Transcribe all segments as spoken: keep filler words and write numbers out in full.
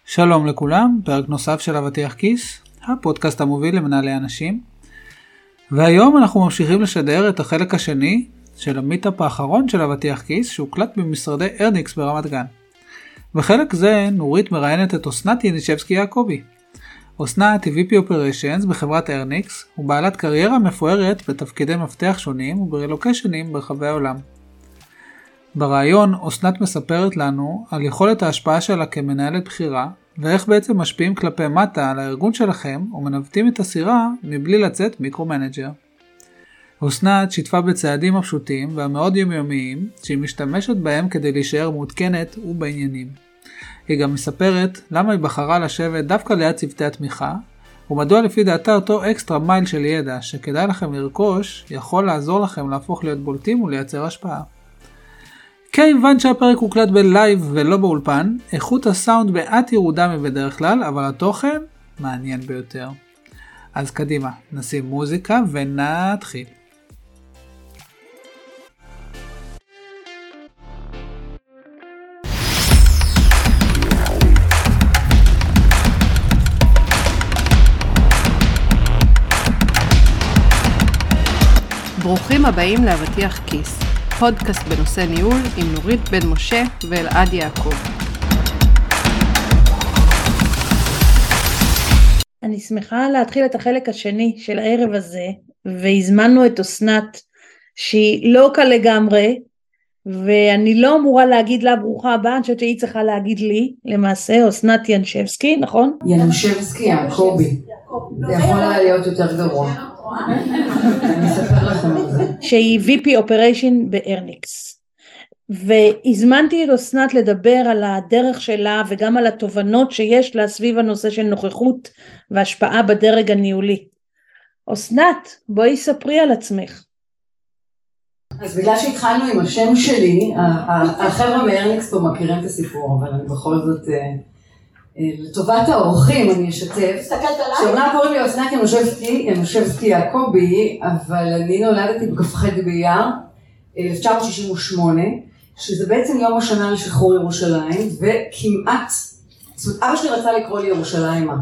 שלום לכולם, פרק נוסף של אבטיח כיס, הפודקאסט המוביל למנהלי אנשים. והיום אנחנו ממשיכים לשדר את החלק השני של המיטאפ האחרון של אבטיח כיס, שהוקלט במשרדי ארניקס ברמת גן. בחלק זה נורית מראיינת את אסנת ינישבסקי יעקבי. אסנת היא וי פי Operations בחברת ארניקס, ובעלת קריירה מפוארת בתפקידי מפתח שונים וברילוקיישנים ברחבי העולם. ברעיון אסנת מספרת לנו על יכולת ההשפעה שלה כמנהלת בחירה, ואיך בעצם משפיעים כלפי מטה על הארגון שלכם ומנווטים את הסירה מבלי לצאת מיקרו-מנג'ר. אסנת שיתפה בצעדים הפשוטים והמאוד יומיומיים שהיא משתמשת בהם כדי להישאר מעודכנת ובעניינים. היא גם מספרת למה היא בחרה לשבת דווקא ליד צוותי התמיכה, ומדוע לפי דעתה אותו אקסטרה מייל של ידע שכדאי לכם לרכוש יכול לעזור לכם להפוך להיות בולטים ולייצר השפעה. כיוון שהפרק הוקלט בלייב ולא באולפן, איכות הסאונד מעט ירודה מבדרך כלל, אבל התוכן מעניין ביותר. אז קדימה, נשים מוזיקה ונתחיל. ברוכים הבאים לאבטיח כיס. פודקאסט בנושא ניהול עם נורית בן משה ואלעד יעקב. אני שמחה להתחיל את החלק השני של הערב הזה, והזמנו את אסנת שהיא לא קל לגמרי, ואני לא אמורה להגיד לה ברוכה הבאה, אני חושבת שהיא צריכה להגיד לי, למעשה, אסנת ינישבסקי, נכון? ינישבסקי יעקבי. זה יכול להיות יותר גרוע. אני אספר לכם את זה. שהיא וי פי Operation בארניקס. והזמנתי את אסנת לדבר על הדרך שלה וגם על התובנות שיש לה סביב הנושא של נוכחות והשפעה בדרג הניהולי. אסנת, בואי ספרי על עצמך. אז בגלל שהתחלנו עם השם שלי, החבר'ה מארניקס פה מכירים את הסיפור, אבל אני בכל זאת, לטובת האורחים אני אשתף. שאומנם קוראים לי אסנת ינישבסקי יעקבי, אבל אני נולדתי בכ"ח באייר אלף תשע מאות שישים ושמונה, שזה בעצם יום השנה לשחרור ירושלים, וכמעט, זאת אומרת, אבא שלי רצה לקרוא לי ירושלימה.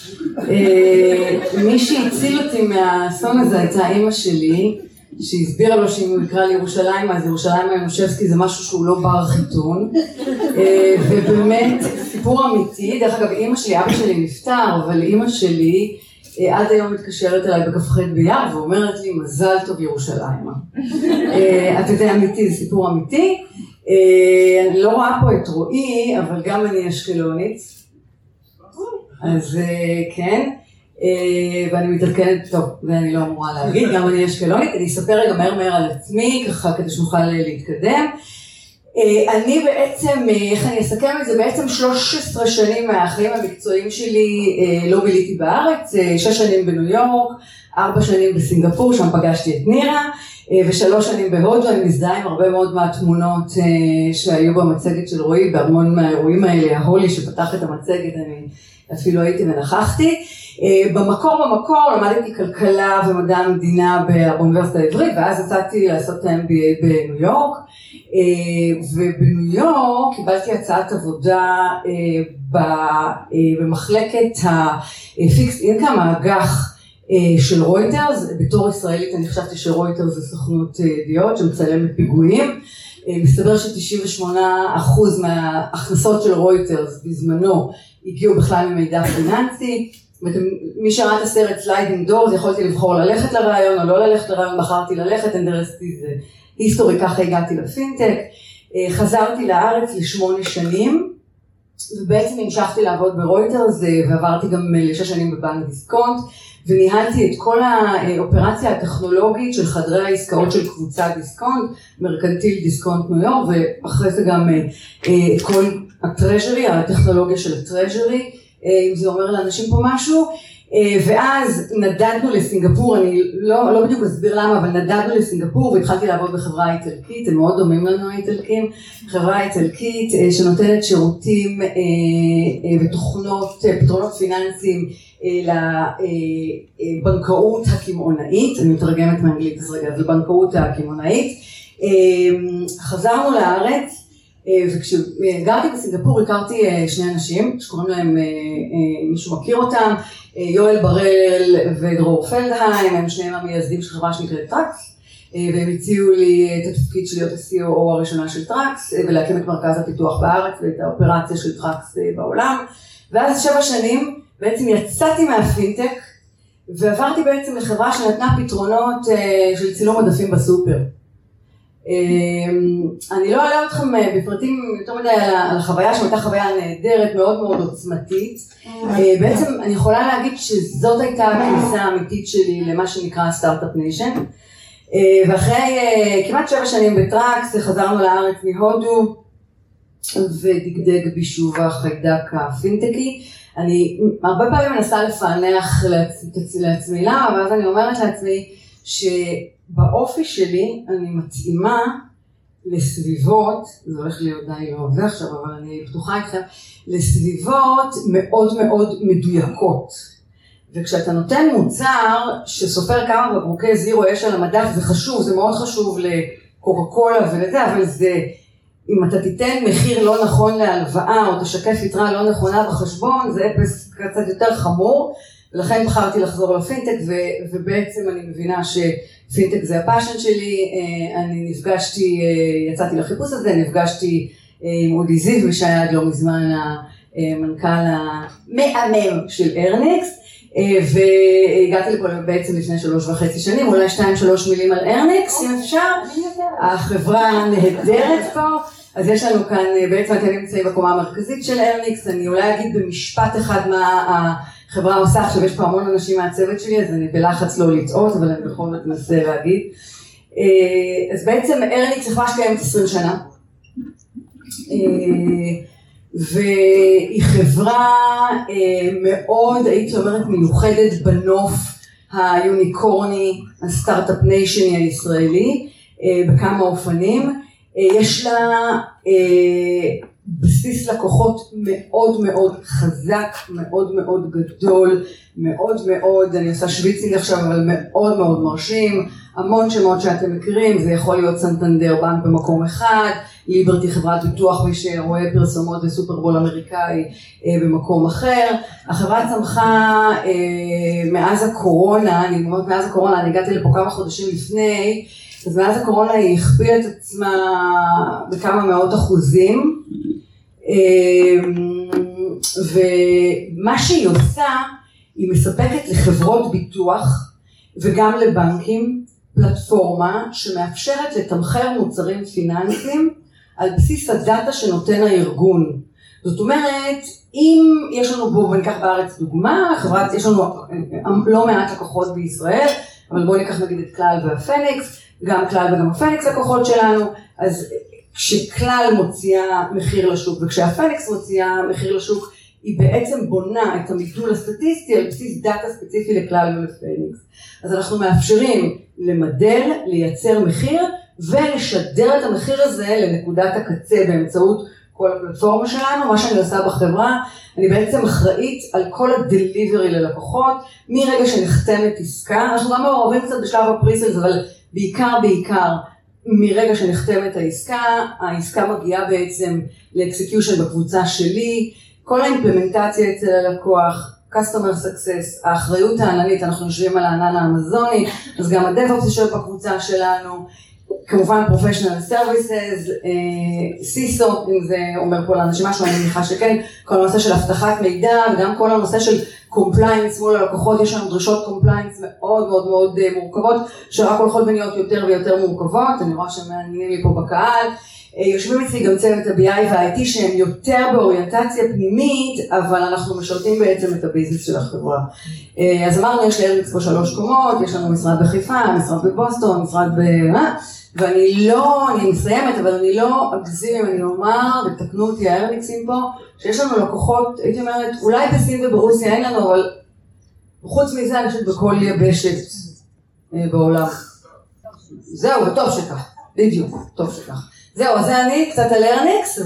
מי שהציל אותי מהאסון הזה הייתה אמא שלי, שהסבירה לו שאם הוא יקרא לי ירושלים, אז ירושלים ינישבסקי זה משהו שהוא לא בר חיתון, ובאמת סיפור אמיתי. דרך אגב, אמא שלי, אבא שלי נפטר, אבל אמא שלי עד היום מתקשרת אליי בכ"ח באייר ואומרת לי מזל טוב ירושלימה. אתה יודע, אמיתי, זה סיפור אמיתי. אני לא רואה פה את רועי, אבל גם אני אשקלונית, אז כן. ואני מתעדכנת, טוב, ואני לא אמורה להגיד, גם אני אשקלונית. אני אספר רגע מהר מהר על עצמי, ככה כדי שנוכל להתקדם. אני בעצם, איך אני אסכם את זה, בעצם שלוש עשרה שנים מהחיים המקצועיים שלי לא ביליתי בארץ, שש שנים בניו יורק, ארבע שנים בסינגפור, שם פגשתי את נירה, ושלוש שנים בהודו. אני מזדהה עם הרבה מאוד מהתמונות שהיו במצגת של רועי, בהרמון מהאירועים האלה, ההולי שפתח את המצגת, אני אפילו הייתי ונכחתי. במקור במקור למדתי כלכלה ומדע המדינה באוניברסיטה העברית, ואז יצאתי לעשות אם בי איי בניו יורק, ובניו יורק קיבלתי הצעת עבודה במחלקת הפיקס אינקאם, האג"ח של רויטרס. בתור ישראלית אני חשבתי שרויטרס זה סוכנות ידיעות שמצלמת פיגועים. מסתבר ש-תשעים ושמונה אחוז מההכנסות של רויטרס בזמנו הגיעו בכלל ממידע פיננסי. מי שראה את הסרט סליידינג דורס, יכולתי לבחור ללכת לרעיון או לא ללכת לרעיון, בחרתי ללכת, אינטרסטי זה היסטורי, ככה הגעתי לפינטק. חזרתי לארץ לשמונה שנים, ובעצם המשכתי לעבוד ברויטרס, ועברתי גם לשש שנים בבנק דיסקונט, וניהלתי את כל האופרציה הטכנולוגית של חדרי העסקאות של קבוצת דיסקונט, מרקנטיל דיסקונט ניו יורק, ואחרי זה גם את כל הטרז'רי, הטכנולוגיה של הטרז'רי, אם זה אומר לאנשים פה משהו. ואז נדדנו לסינגפור, אני לא, לא בדיוק אסביר למה, אבל נדדנו לסינגפור והתחלתי לעבוד בחברה איטלקית, הם מאוד דומים לנו האיטלקים, חברה איטלקית שנותנת שירותים ותוכנות, פתרונות פיננסיים לבנקאות הקמעונאית, אני מתרגמת מאנגלית אז רגע, לבנקאות הקמעונאית. חזרנו לארץ, וכשגרתי בסינגפור הכרתי שני אנשים שקוראים להם, מישהו מכיר אותם, יואל בראל ודרור פלדהיים, הם שניהם המייסדים של חברה שנקראת טראקס, והם הציעו לי את התפקיד של להיות ה-סי או או הראשונה של טראקס, ולהקים את מרכז הפיתוח בארץ ואת האופרציה של טראקס בעולם. ואז שבע שנים בעצם יצאתי מהפינטק, ועברתי בעצם לחברה שנתנה פתרונות של צילום עדפים בסופר. אני לא אעלה אתכם בפרטים יותר מדי על החוויה, שהייתה חוויה נהדרת, מאוד מאוד עוצמתית. בעצם אני יכולה להגיד שזאת הייתה הכניסה האמיתית שלי למה שנקרא סטארט-אפ ניישן. ואחרי כמעט שבע שנים בטראקס, חזרנו לארץ מהודו, ודגדג בישוב החיידק הפינטקי. אני הרבה פעמים מנסה לפענח לעצמי למה, ואז אני אומרת לעצמי שבאופי שלי אני מתאימה לסביבות, זה הולך להיות די לא עובד עכשיו, אבל אני פתוחה איתכם, לסביבות מאוד מאוד מדויקות. וכשאתה נותן מוצר שסופר כמה בקבוקי זירו יש על המדף, זה חשוב, זה מאוד חשוב לקוקה קולה ולזה, אבל זה, אם אתה תיתן מחיר לא נכון להלוואה, או תשקף יתרה לא נכונה בחשבון, זה אפס קצת יותר חמור, ולכן בחרתי לחזור לפינטק, ו- ובעצם אני מבינה שפינטק זה הפאשן שלי, אני נפגשתי, יצאתי לחיפוש הזה, נפגשתי עם אודי זיו, שהיה עד לא מזמן המנכ"ל המאמם של ארניקס, והגעתי לפה בעצם לפני שלוש וחצי שנים, אולי שתיים שלוש מילים על ארניקס, אם אפשר. החברה נהדרת פה, אז יש לנו כאן, בעצם אתם נמצאים בקומה המרכזית של ארניקס, אני אולי אגיד במשפט אחד מה החברה עושה, עכשיו יש פה המון אנשים מהצוות שלי, אז אני בלחץ לא לטעות, אבל אני בכל זאת מנסה להגיד. אז בעצם ארניקס חברה שקיימת עשרים שנה. והיא חברה מאוד, הייתי אומרת, מיוחדת בנוף היוניקורני, הסטארט-אפ ניישני הישראלי, בכמה אופנים. יש לה בסיס לקוחות מאוד מאוד חזק, מאוד מאוד גדול, מאוד מאוד, אני עושה שוויצינג עכשיו, אבל מאוד מאוד מרשים, המון שמות שאתם מכירים, זה יכול להיות סנטנדר בנק במקום אחד, ליברטי חברת ביטוח, מי שרואה פרסומות וסופרבול אמריקאי במקום אחר. החברה צמחה מאז הקורונה, אני אומרת מאז הקורונה, אני הגעתי לפה כמה חודשים לפני, אז מאז הקורונה היא הכפילה את עצמה בכמה מאות אחוזים, ומה שהיא עושה, היא מספקת לחברות ביטוח וגם לבנקים פלטפורמה שמאפשרת לתמחר מוצרים פיננסיים על בסיס הדאטה שנותן הארגון. זאת אומרת, אם יש לנו בו, וניקח בארץ דוגמה, חברת, יש לנו לא מעט לקוחות בישראל, אבל בואו ניקח נגיד את כלל והפניקס, גם כלל וגם הפניקס לקוחות שלנו, אז כשכלל מוציאה מחיר לשוק, וכשהפניקס מוציאה מחיר לשוק, היא בעצם בונה את המידול הסטטיסטי על בסיס דאטה ספציפי לכלל ולפניקס. אז אנחנו מאפשרים למדל, לייצר מחיר, ולשדר את המחיר הזה לנקודת הקצה באמצעות כל הפלטפורמה שלנו. מה שאני עושה בחברה, אני בעצם אחראית על כל הדליברי ללקוחות, מרגע שנחתמת עסקה, אנחנו גם מעורבים קצת בשלב הפריסלס, אבל בעיקר בעיקר, מרגע שנחתמת העסקה, העסקה מגיעה בעצם לאקסקיושן בקבוצה שלי, כל האימפלמנטציה אצל הלקוח, Customer Success, האחריות העננית, אנחנו יושבים על הענן האמזוני, אז גם ה-DevOps יושב בקבוצה שלנו, כמובן Professional Services, סי אס או, אם זה אומר פה לאנשים משהו, אני מניחה שכן, כל הנושא של הבטחת מידע, וגם כל הנושא של Compliance מול הלקוחות, יש לנו דרישות Compliance מאוד מאוד מאוד מורכבות, שרק הולכות ונהיות יותר ויותר מורכבות, אני רואה שמעניינים לי פה בקהל, יושבים אצלי גם צוות ה-בי איי וה-איי טי שהם יותר באוריינטציה פנימית, אבל אנחנו משרתים בעצם את הביזנס של החברה. אז אמרנו, יש לארניקס פה שלוש קומות, יש לנו משרד בחיפה, משרד בבוסטון, משרד ב... ואני לא, אני מסיימת, אבל אני לא אגזים, אני אומר, ותקנו אותי הארניקסים פה, שיש לנו לקוחות, הייתי אומרת, אולי בסין וברוסיה אין לנו, אבל חוץ מזה אני חושבת בכל יבשת בעולם. זהו, וטוב שכך, בדיוק, טוב שכך. זהו, אז זה אני, קצת על ארניקס,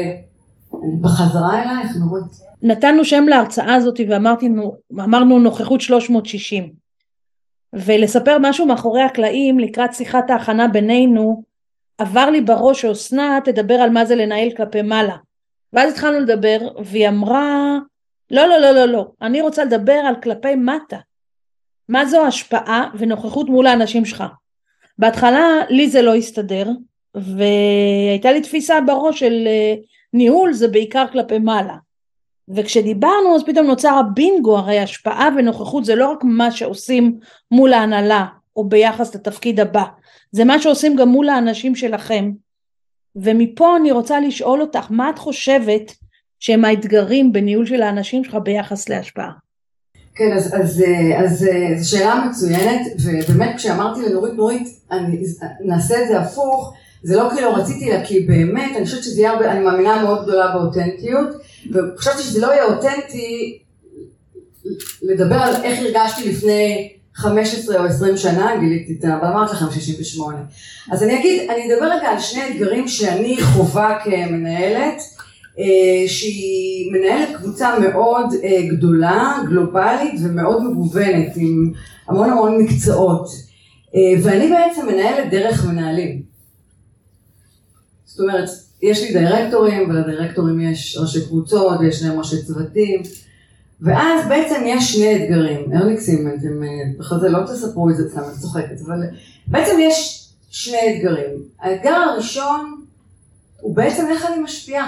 ובחזרה אלייך, נורית. נתנו שם להרצאה הזאת ואמרנו נוכחות שלוש מאות שישים. ולספר משהו מאחורי הקלעים, לקראת שיחת ההכנה בינינו, עבר לי בראש שאסנת תדבר על מה זה לנהל כלפי מעלה, ואז התחלנו לדבר, והיא אמרה, לא, לא, לא, לא, לא, אני רוצה לדבר על כלפי מטה, מה זו השפעה ונוכחות מול האנשים שלך. בהתחלה לי זה לא הסתדר, והייתה לי תפיסה בראש של ניהול זה בעיקר כלפי מעלה, וכשדיברנו אז פתאום נוצר הבינגו, הרי השפעה ונוכחות זה לא רק מה שעושים מול ההנהלה או ביחס לתפקיד הבא, זה מה שעושים גם מול האנשים שלכם. ומפה אני רוצה לשאול אותך, מה את חושבת שהם האתגרים בניהול של האנשים שלך ביחס להשפעה? כן, אז, אז, אז, אז זו שאלה מצוינת, ובאמת כשאמרתי לנורית, נורית, אני, נעשה את זה הפוך, זה לא כי לא רציתי לה, כי באמת, אני חושבת שזה יהיה, אני מאמינה מאוד גדולה באותנטיות, וחשבתי שזה לא יהיה אותנטי לדבר על איך הרגשתי לפני חמש עשרה או עשרים שנה, גיליתי את הבמה לכם שישים ושמונה. אז אני אגיד, אני אדבר רגע על שני אתגרים שאני חובה כמנהלת, שהיא מנהלת קבוצה מאוד גדולה, גלובלית ומאוד מגוונת, עם המון המון מקצועות. ואני בעצם מנהלת דרך מנהלים. זאת אומרת, יש לי דירקטורים, ולדירקטורים יש ראשי קבוצות, ויש להם ראשי צוותים, ואז בעצם יש שני אתגרים. ארניקסים, אתם בכלל זה לא תספרו את זה, סתם אני צוחקת, אבל בעצם יש שני אתגרים. האתגר הראשון הוא בעצם איך אני משפיעה.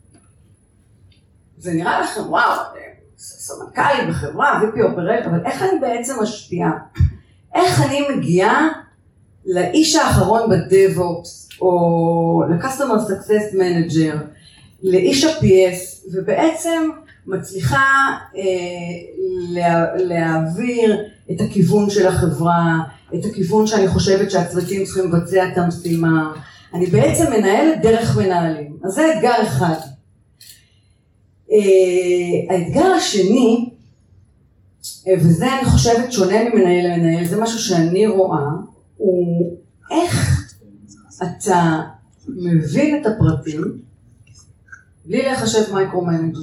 זה נראה לכם, וואו, סמנכ"לית בחברה, ויפי אופרט, אבל איך אני בעצם משפיעה? איך אני מגיעה לאיש האחרון בדב-אופס, או ל-Customer Success Manager, לאיש ה-פי אס, ובעצם מצליחה אה, לה, להעביר את הכיוון של החברה, את הכיוון שאני חושבת שהצוותים צריכים לבצע את המשימה. אני בעצם מנהלת דרך מנהלים. אז זה אתגר אחד. Uh, האתגר השני, וזה אני חושבת שונה ממנהל למנהל, זה משהו שאני רואה, הוא איך אתה מבין את הפרטים בלי לחשב מייקרו-מנג'ר.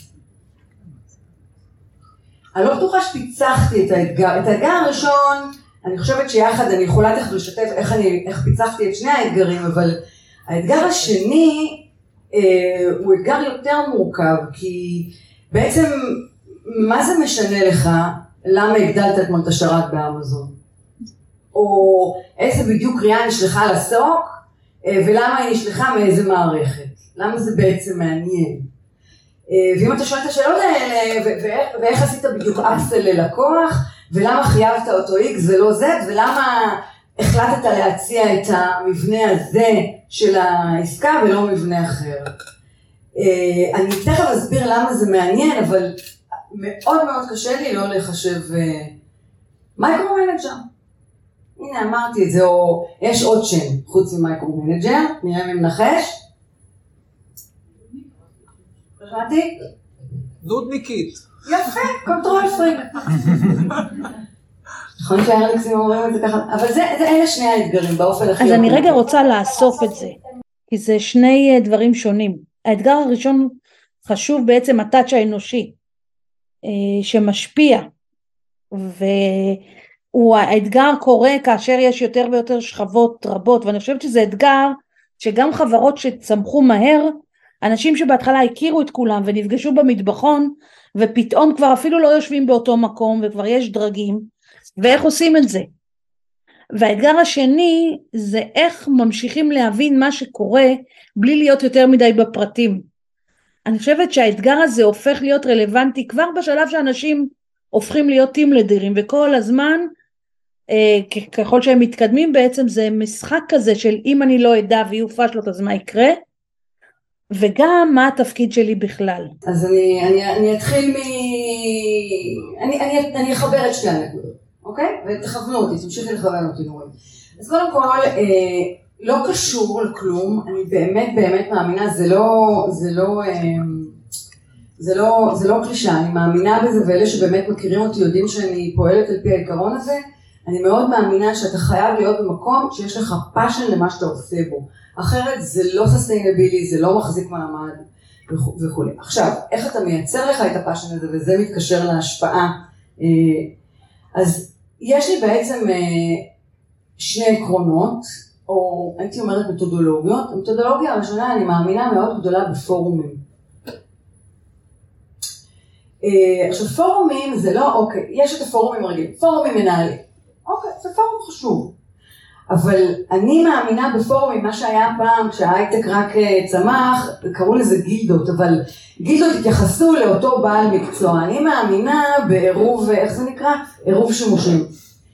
אני לא בטוחה שפיצחתי את האתגר. את האתגר הראשון, אני חושבת שיחד אני יכולה תכף לשתף איך, אני, איך פיצחתי את שני האתגרים, אבל האתגר השני, Uh, הוא אתגר יותר מורכב, כי בעצם מה זה משנה לך למה הגדלת אתמול את השרת באמזון? או איזה בדיוק קריאה נשלחה לסוק, uh, ולמה היא נשלחה מאיזה מערכת? למה זה בעצם מעניין? Uh, ואם אתה שואל את השאלות האלה, ו- ו- ואיך עשית בדיוק אפסל ללקוח, ולמה חייבת אותו X ולא Z, ולמה החלטת להציע את המבנה הזה של העסקה ולא מבנה אחר. אני תכף אסביר למה זה מעניין, אבל מאוד מאוד קשה לי לא לחשב מייקרו-מנג'ר. הנה אמרתי את זה, או יש עוד שם חוץ ממייקרו-מנג'ר, נראה אם נחש. שמעתי? נודניקית. יפה, קונטרול פריק. נכון שהארניקסים אומרים את זה ככה, אבל זה, זה אלה שני האתגרים באופן הכי... אז אני רגע רוצה לאסוף את זה, כי זה שני דברים שונים. האתגר הראשון חשוב בעצם הטאץ' האנושי, שמשפיע, והוא האתגר קורה כאשר יש יותר ויותר שכבות רבות, ואני חושבת שזה אתגר שגם חברות שצמחו מהר, אנשים שבהתחלה הכירו את כולם ונפגשו במטבחון, ופתאום כבר אפילו לא יושבים באותו מקום, וכבר יש דרגים, ואיך עושים את זה. והאתגר השני זה איך ממשיכים להבין מה שקורה בלי להיות יותר מדי בפרטים. אני חושבת שהאתגר הזה הופך להיות רלוונטי כבר בשלב שאנשים הופכים להיות טים לידרים, וכל הזמן אה, ככל שהם מתקדמים בעצם זה משחק כזה של אם אני לא אדע ויהיו פשלות אז מה יקרה, וגם מה התפקיד שלי בכלל. אז אני, אני, אני אתחיל מ... אני, אני, אני אחבר את שתי הנקודות. אוקיי? ותכוונו אותי, תמשיכי לכוון אותי נורא. אז קודם כל, אה, לא קשור לכלום, אני באמת באמת מאמינה, זה לא, זה לא, אה, זה לא, זה לא קלישה, אני מאמינה בזה, ואלה שבאמת מכירים אותי יודעים שאני פועלת על פי העיקרון הזה, אני מאוד מאמינה שאתה חייב להיות במקום שיש לך פאשן למה שאתה עושה בו. אחרת זה לא ססטיינבילי, זה לא מחזיק מעמד וכו'. עכשיו, איך אתה מייצר לך את הפאשן הזה, וזה מתקשר להשפעה, אה, אז יש לי בעצם שני עקרונות, או הייתי אומרת מתודולוגיות. המתודולוגיה הראשונה, אני מאמינה מאוד גדולה בפורומים. עכשיו פורומים זה לא, אוקיי, יש את הפורומים הרגילים, פורומים מנהלים, אוקיי, זה פורום חשוב. אבל אני מאמינה בפורומים, מה שהיה פעם כשההייטק רק צמח, קראו לזה גילדות, אבל גילדות התייחסו לאותו בעל מקצוע. אני מאמינה בעירוב, איך זה נקרא? עירוב שימושים.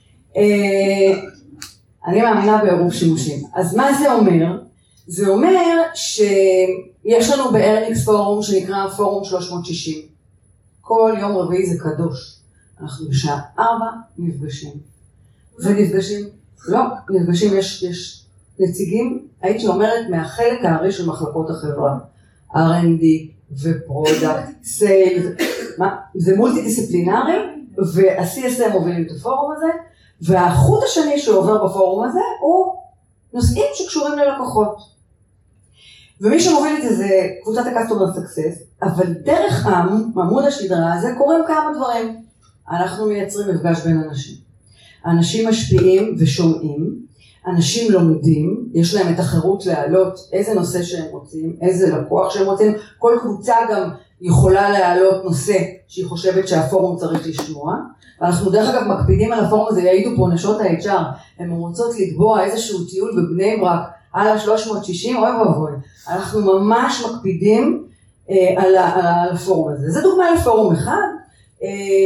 אני מאמינה בעירוב שימושים. אז מה זה אומר? זה אומר שיש לנו בארניקס פורום שנקרא פורום שלוש מאות שישים. כל יום רביעי זה קדוש. אנחנו בשעה ארבע נפגשים. ונפגשים, לא, נפגשים, יש, יש נציגים, הייתי אומרת, מהחלק הארי של מחלקות החברה. אר אנד די ופרודקט, סייל, זה מולטי דיסציפלינרי, וה-סי אס אם מובילים את הפורום הזה, והחוט השני שעובר בפורום הזה הוא נושאים שקשורים ללקוחות. ומי שמוביל את זה זה קבוצת ה-Customer Success, אבל דרך עמוד השדרה הזה קורים כמה דברים. אנחנו מייצרים מפגש בין אנשים. אנשים משפיעים ושומעים, אנשים לומדים, יש להם את החירות להעלות איזה נושא שהם רוצים, איזה לקוח שהם רוצים, כל קבוצה גם יכולה להעלות נושא שהיא חושבת שהפורום צריך לשמוע, ואנחנו דרך אגב מקפידים על הפורום הזה, יעידו פה נשות ה-אייץ' אר, הן רוצות לתבוע איזשהו טיול בבני ברק, על ה-שלוש מאות שישים, אוי ואבוי, אנחנו ממש מקפידים אה, על, על הפורום הזה. זה דוגמה לפורום אחד, אה,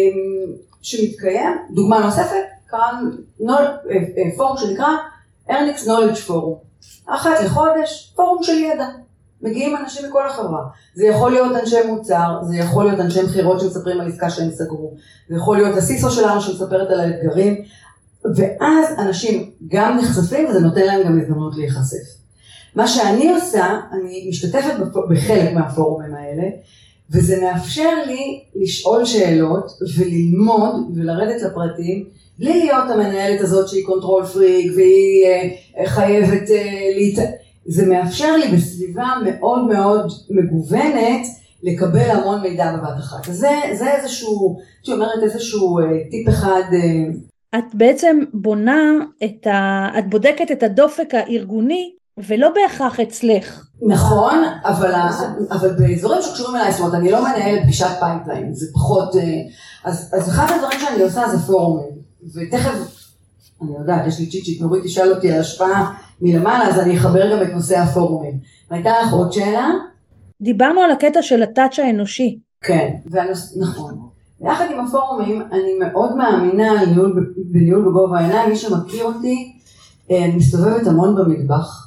שמתקיים, דוגמה נוספת, קראנו פורום שנקרא ארניקס נולדג' פורום. אחת לחודש, פורום של ידע. מגיעים אנשים מכל החברה. זה יכול להיות אנשי מוצר, זה יכול להיות אנשי מחירות שמספרים על עסקה שהם סגרו, זה יכול להיות הסיסו שלנו שמספרת על האתגרים, ואז אנשים גם נחשפים וזה נותן להם גם הזדמנות להיחשף. מה שאני עושה, אני משתתפת בחלק מהפורומים האלה, וזה מאפשר לי לשאול שאלות וללמוד ולרדת לפרטים, בלי להיות המנהלת הזאת שהיא קונטרול פריק והיא uh, חייבת uh, להת... זה מאפשר לי בסביבה מאוד מאוד מגוונת לקבל המון מידע בבת אחת. אז זה, זה איזשהו, אני אומרת איזשהו uh, טיפ אחד. Uh... את בעצם בונה את ה... את בודקת את הדופק הארגוני ולא בהכרח אצלך. נכון, אבל, אבל באזורים שקשורים אליי, זאת אומרת, אני לא מנהלת פגישת פייפליין, זה פחות, אז, אז אחד הדברים שאני עושה זה פורומים, ותכף, אני יודעת, יש לי צ'יצ'ית, נורית תשאל אותי על השפעה מלמעלה, אז אני אחבר גם את נושא הפורומים. והייתה לך עוד שאלה? דיברנו על הקטע של הטאץ' האנושי. כן, והנוס... נכון. יחד עם הפורומים, אני מאוד מאמינה בניהול, בניהול בגובה העיניים, מי שמכיר אותי, אני מסתובבת המון במטבח.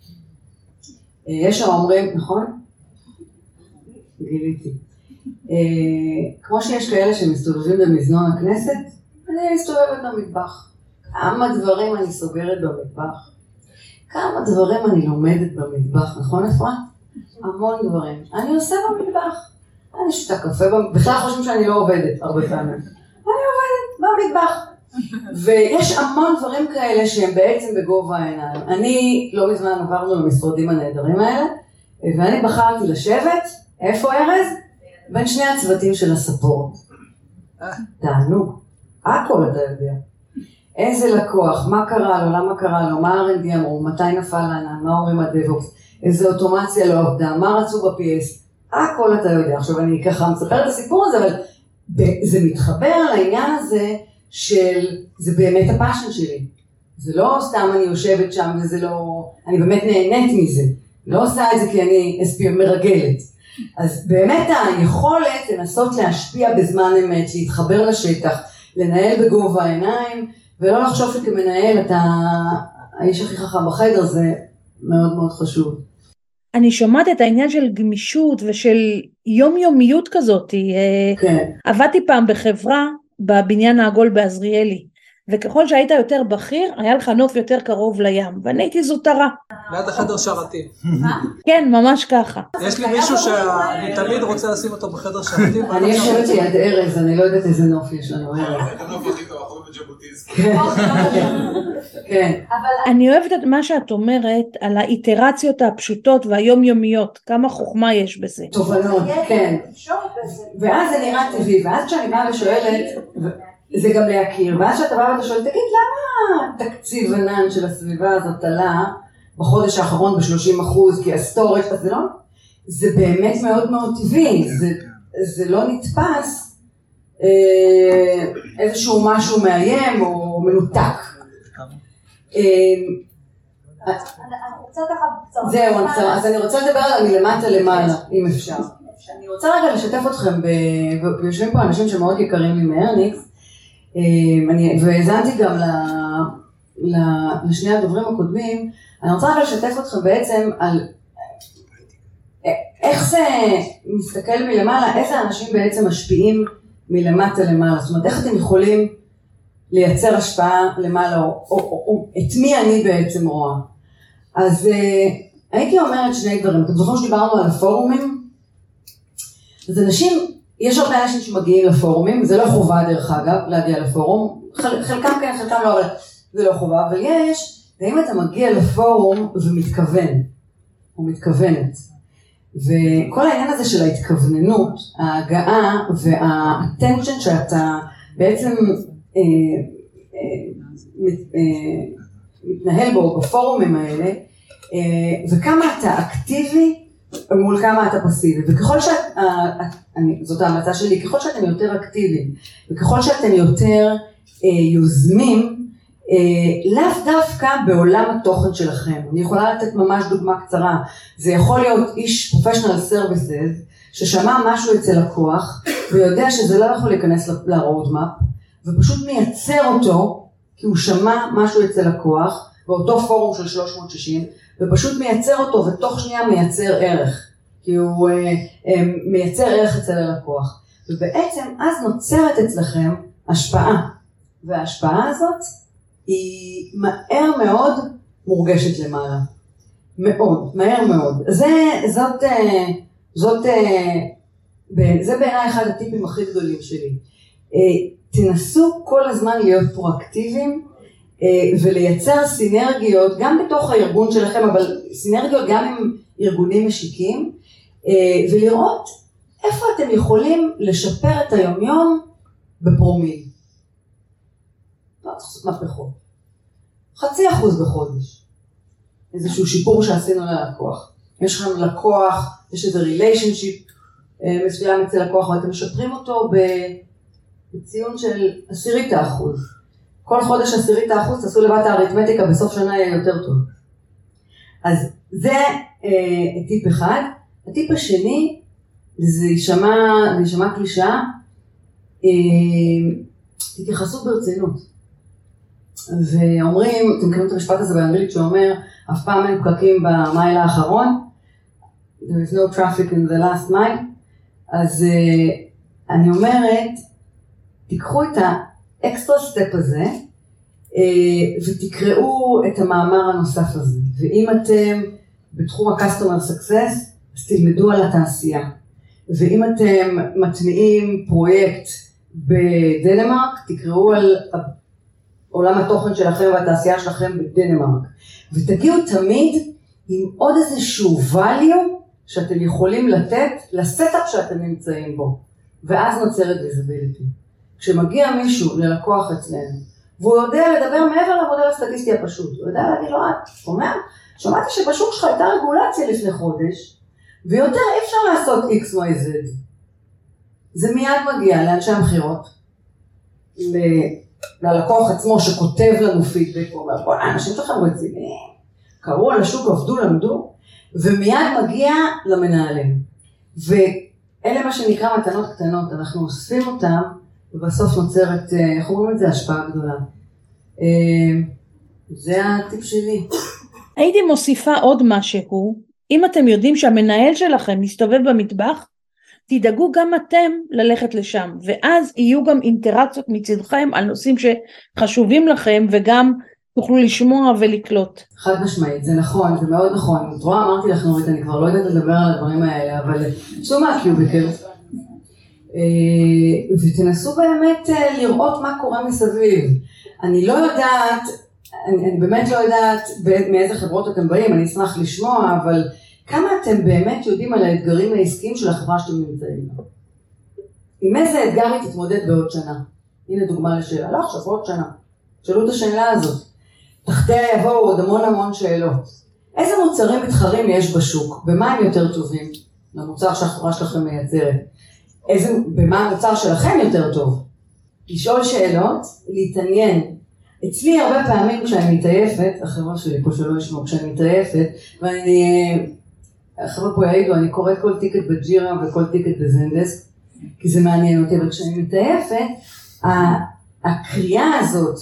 יש האומרים, נכון? גיליתי. כמו שיש כאלה שמסתובבים במזנון הכנסת, אני מסתובבת במטבח. כמה דברים אני סוגרת במטבח. כמה דברים אני לומדת במטבח, נכון אפרת? המון דברים. אני עושה במטבח. אני שותה קפה, בכלל חושבים שאני לא עובדת הרבה פעמים. אני עובדת במטבח. ויש המון דברים כאלה שהם בעצם בגובה העיניים. אני לא מזמן עברנו למשרדים הנהדרים האלה, ואני בחרתי לשבת, איפה ארז? בין שני הצוותים של הספורט. תענוג, הכל אתה יודע. איזה לקוח, מה קרה לו, למה קרה לו, מה אר אנד די אמרו, מתי נפל לענן, מה אומרים הדב-אופס, איזה אוטומציה לא עבדה, מה רצו ב-פי אס, הכל אתה יודע. עכשיו אני ככה מספר את הסיפור הזה, אבל זה מתחבר על העניין הזה, של, זה באמת הפאשן שלי. זה לא סתם אני יושבת שם וזה לא, אני באמת נהנית מזה. לא עושה את זה כי אני אספיר מרגלת. אז באמת היכולת לנסות להשפיע בזמן אמת, להתחבר לשטח, לנהל בגובה העיניים, ולא לחשוב שכמנהל אתה האיש הכי חכם בחדר, זה מאוד מאוד חשוב. אני שומעת את העניין של גמישות ושל יומיומיות כזאת. כן. עבדתי פעם בחברה, בבניין העגול בעזריאלי, וככל שהיית יותר בכיר, היה לך נוף יותר קרוב לים, ואני הייתי זוטרה. ליד החדר שרתים. כן, ממש ככה. יש לי מישהו שאני תמיד רוצה לשים אותו בחדר שרתים. אני יושבת ליד ארז, אני לא יודעת איזה נוף יש לנו ארז. כן. אני אוהבת את מה שאת אומרת על האיטרציות הפשוטות והיומיומיות, כמה חוכמה יש בזה. תובנות, כן. ואז זה נראה טבעי, ואז כשאני באה ושואלת, זה גם להכיר, ואז שאתה בא ואתה שואל, תגיד, למה תקציב ענן של הסביבה הזאת עלה בחודש האחרון ב-שלושים אחוז, כי הסטורג' זה לא, זה באמת מאוד מאוד טבעי, זה, זה לא נתפס אה, איזשהו משהו מאיים או מנותק. אה, זהו, אז אני רוצה לדבר על מלמטה למעלה, אם אפשר. אני רוצה רגע לשתף אתכם, ויושבים פה אנשים שמאוד יקרים לי מארניקס, והזנתי גם לשני הדוברים הקודמים, אני רוצה רגע לשתף אתכם בעצם על איך זה מסתכל מלמעלה, איזה אנשים בעצם משפיעים מלמטה למעלה, זאת אומרת, איך אתם יכולים לייצר השפעה למעלה, או, או, או, או את מי אני בעצם רואה. אז הייתי אומרת שני דברים, אתם זוכרים שדיברנו על הפורומים? אז אנשים, יש הרבה אנשים שמגיעים לפורומים, זה לא חובה דרך אגב להגיע לפורום, חל, חלקם כן, חלקם לא, אבל זה לא חובה, אבל יש, ואם אתה מגיע לפורום ומתכוון, או מתכוונת, וכל העניין הזה של ההתכווננות, ההגעה והאטנשן שאתה בעצם אה, אה, מת, אה, מתנהל בו בפורומים האלה, אה, וכמה אתה אקטיבי מול כמה אתה פסיבי, וככל שאת, אה, אני, זאת ההמלצה שלי, ככל שאתם יותר אקטיביים, וככל שאתם יותר אה, יוזמים, אה, לאו דווקא בעולם התוכן שלכם. אני יכולה לתת ממש דוגמה קצרה, זה יכול להיות איש professional services, ששמע משהו אצל לקוח, ויודע שזה לא יכול להיכנס לרודמאפ, ופשוט מייצר אותו, כי הוא שמע משהו אצל לקוח, באותו פורום של שלוש מאות שישים, ופשוט מייצר אותו, ותוך שנייה מייצר ערך, כי הוא אה, אה, מייצר ערך אצל הלקוח. ובעצם אז נוצרת אצלכם השפעה, וההשפעה הזאת היא מהר מאוד מורגשת למעלה. מאוד, מהר מאוד. זה, זאת, אה, זאת, אה, זה בעיניי אחד הטיפים הכי גדולים שלי. אה, תנסו כל הזמן להיות פרואקטיביים, ולייצר סינרגיות, גם בתוך הארגון שלכם, אבל סינרגיות גם עם ארגונים משיקים, ולראות איפה אתם יכולים לשפר את היומיום בפרומיל. לא צריך לעשות מהפכות. חצי אחוז בחודש. איזשהו שיפור שעשינו ללקוח. יש לכם לקוח, יש איזה ריליישנשיפ מסוים אצל לקוח, ואתם משפרים אותו בציון של עשירית האחוז. כל חודש עשירית האחוז, תעשו לבד האריתמטיקה, בסוף שנה יהיה יותר טוב. אז זה אה, טיפ אחד. הטיפ השני, זה יישמע, זה יישמע קלישאה, אה, תתייחסו ברצינות. ואומרים, אתם מכירים את המשפט הזה באנגלית שאומר, אף פעם אין פקקים במייל האחרון, there is no traffic in the last mile, אז אה, אני אומרת, תיקחו את ה... אקסטרה סטפ הזה, ותקראו את המאמר הנוסף הזה. ואם אתם בתחום ה-Customer Success, אז תלמדו על התעשייה. ואם אתם מטמיעים פרויקט בדנמרק, תקראו על עולם התוכן שלכם והתעשייה שלכם בדנמרק. ותגיעו תמיד עם עוד איזשהו value שאתם יכולים לתת לסטאפ שאתם נמצאים בו. ואז נוצרת visibility. כשמגיע מישהו ללקוח אצלנו, והוא יודע לדבר מעבר למודל הסטטיסטי הפשוט, הוא יודע להגיד לו, את אומר, שמעתי שבשוק שלך הייתה רגולציה לפני חודש, ויותר אי אפשר לעשות X, Y, Z. זה מיד מגיע לאנשי המחירות, ל- ללקוח עצמו שכותב לנו פידבק, הוא אומר, בוא, האנשים שלכם רציניים, קראו על השוק, עבדו, למדו, ומיד מגיע למנהלים. ואלה מה שנקרא מתנות קטנות, אנחנו אוספים אותם, ובסוף נוצרת, איך אומרים את זה, השפעה גדולה. זה הטיפ שלי. הייתי מוסיפה עוד משהו, אם אתם יודעים שהמנהל שלכם מסתובב במטבח, תדאגו גם אתם ללכת לשם, ואז יהיו גם אינטראקציות מצדכם על נושאים שחשובים לכם, וגם תוכלו לשמוע ולקלוט. חד משמעית, זה נכון, זה מאוד נכון. את רואה, אמרתי לך נורית, אני כבר לא יודעת לדבר על הדברים האלה, אבל שום מהקיוביקל. ותנסו באמת לראות מה קורה מסביב. אני לא יודעת, אני, אני באמת לא יודעת מאיזה חברות אתם באים, אני אשמח לשמוע, אבל כמה אתם באמת יודעים על האתגרים העסקיים של החברה שאתם נמצאים בה? עם איזה אתגר היא תתמודד בעוד שנה? הנה דוגמה לשאלה, לא עכשיו עוד שנה, שאלו את השאלה הזאת. תחתיה יבואו עוד המון המון שאלות. איזה מוצרים מתחרים יש בשוק? במה הם יותר טובים? למוצר שהחברה שלכם מייצרת. איזה, במה המוצר שלכם יותר טוב? לשאול שאלות, להתעניין. אצלי הרבה פעמים כשאני מתעייפת, החברה שלי פה שלא ישמעו, כשאני מתעייפת, ואני, החברה פה יעידו, אני קוראת כל טיקט בג'ירה וכל טיקט בזנדסק, כי זה מעניין אותי, אבל כשאני מתעייפת, הקריאה הזאת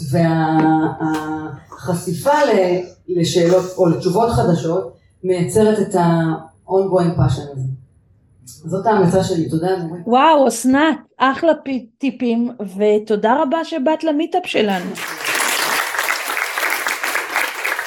והחשיפה לשאלות או לתשובות חדשות, מייצרת את ה-ongoing passion הזה. זאת ההמלצה שלי, תודה נורית. וואו, אסנת, אחלה טיפים, ותודה רבה שבאת למיטאפ שלנו.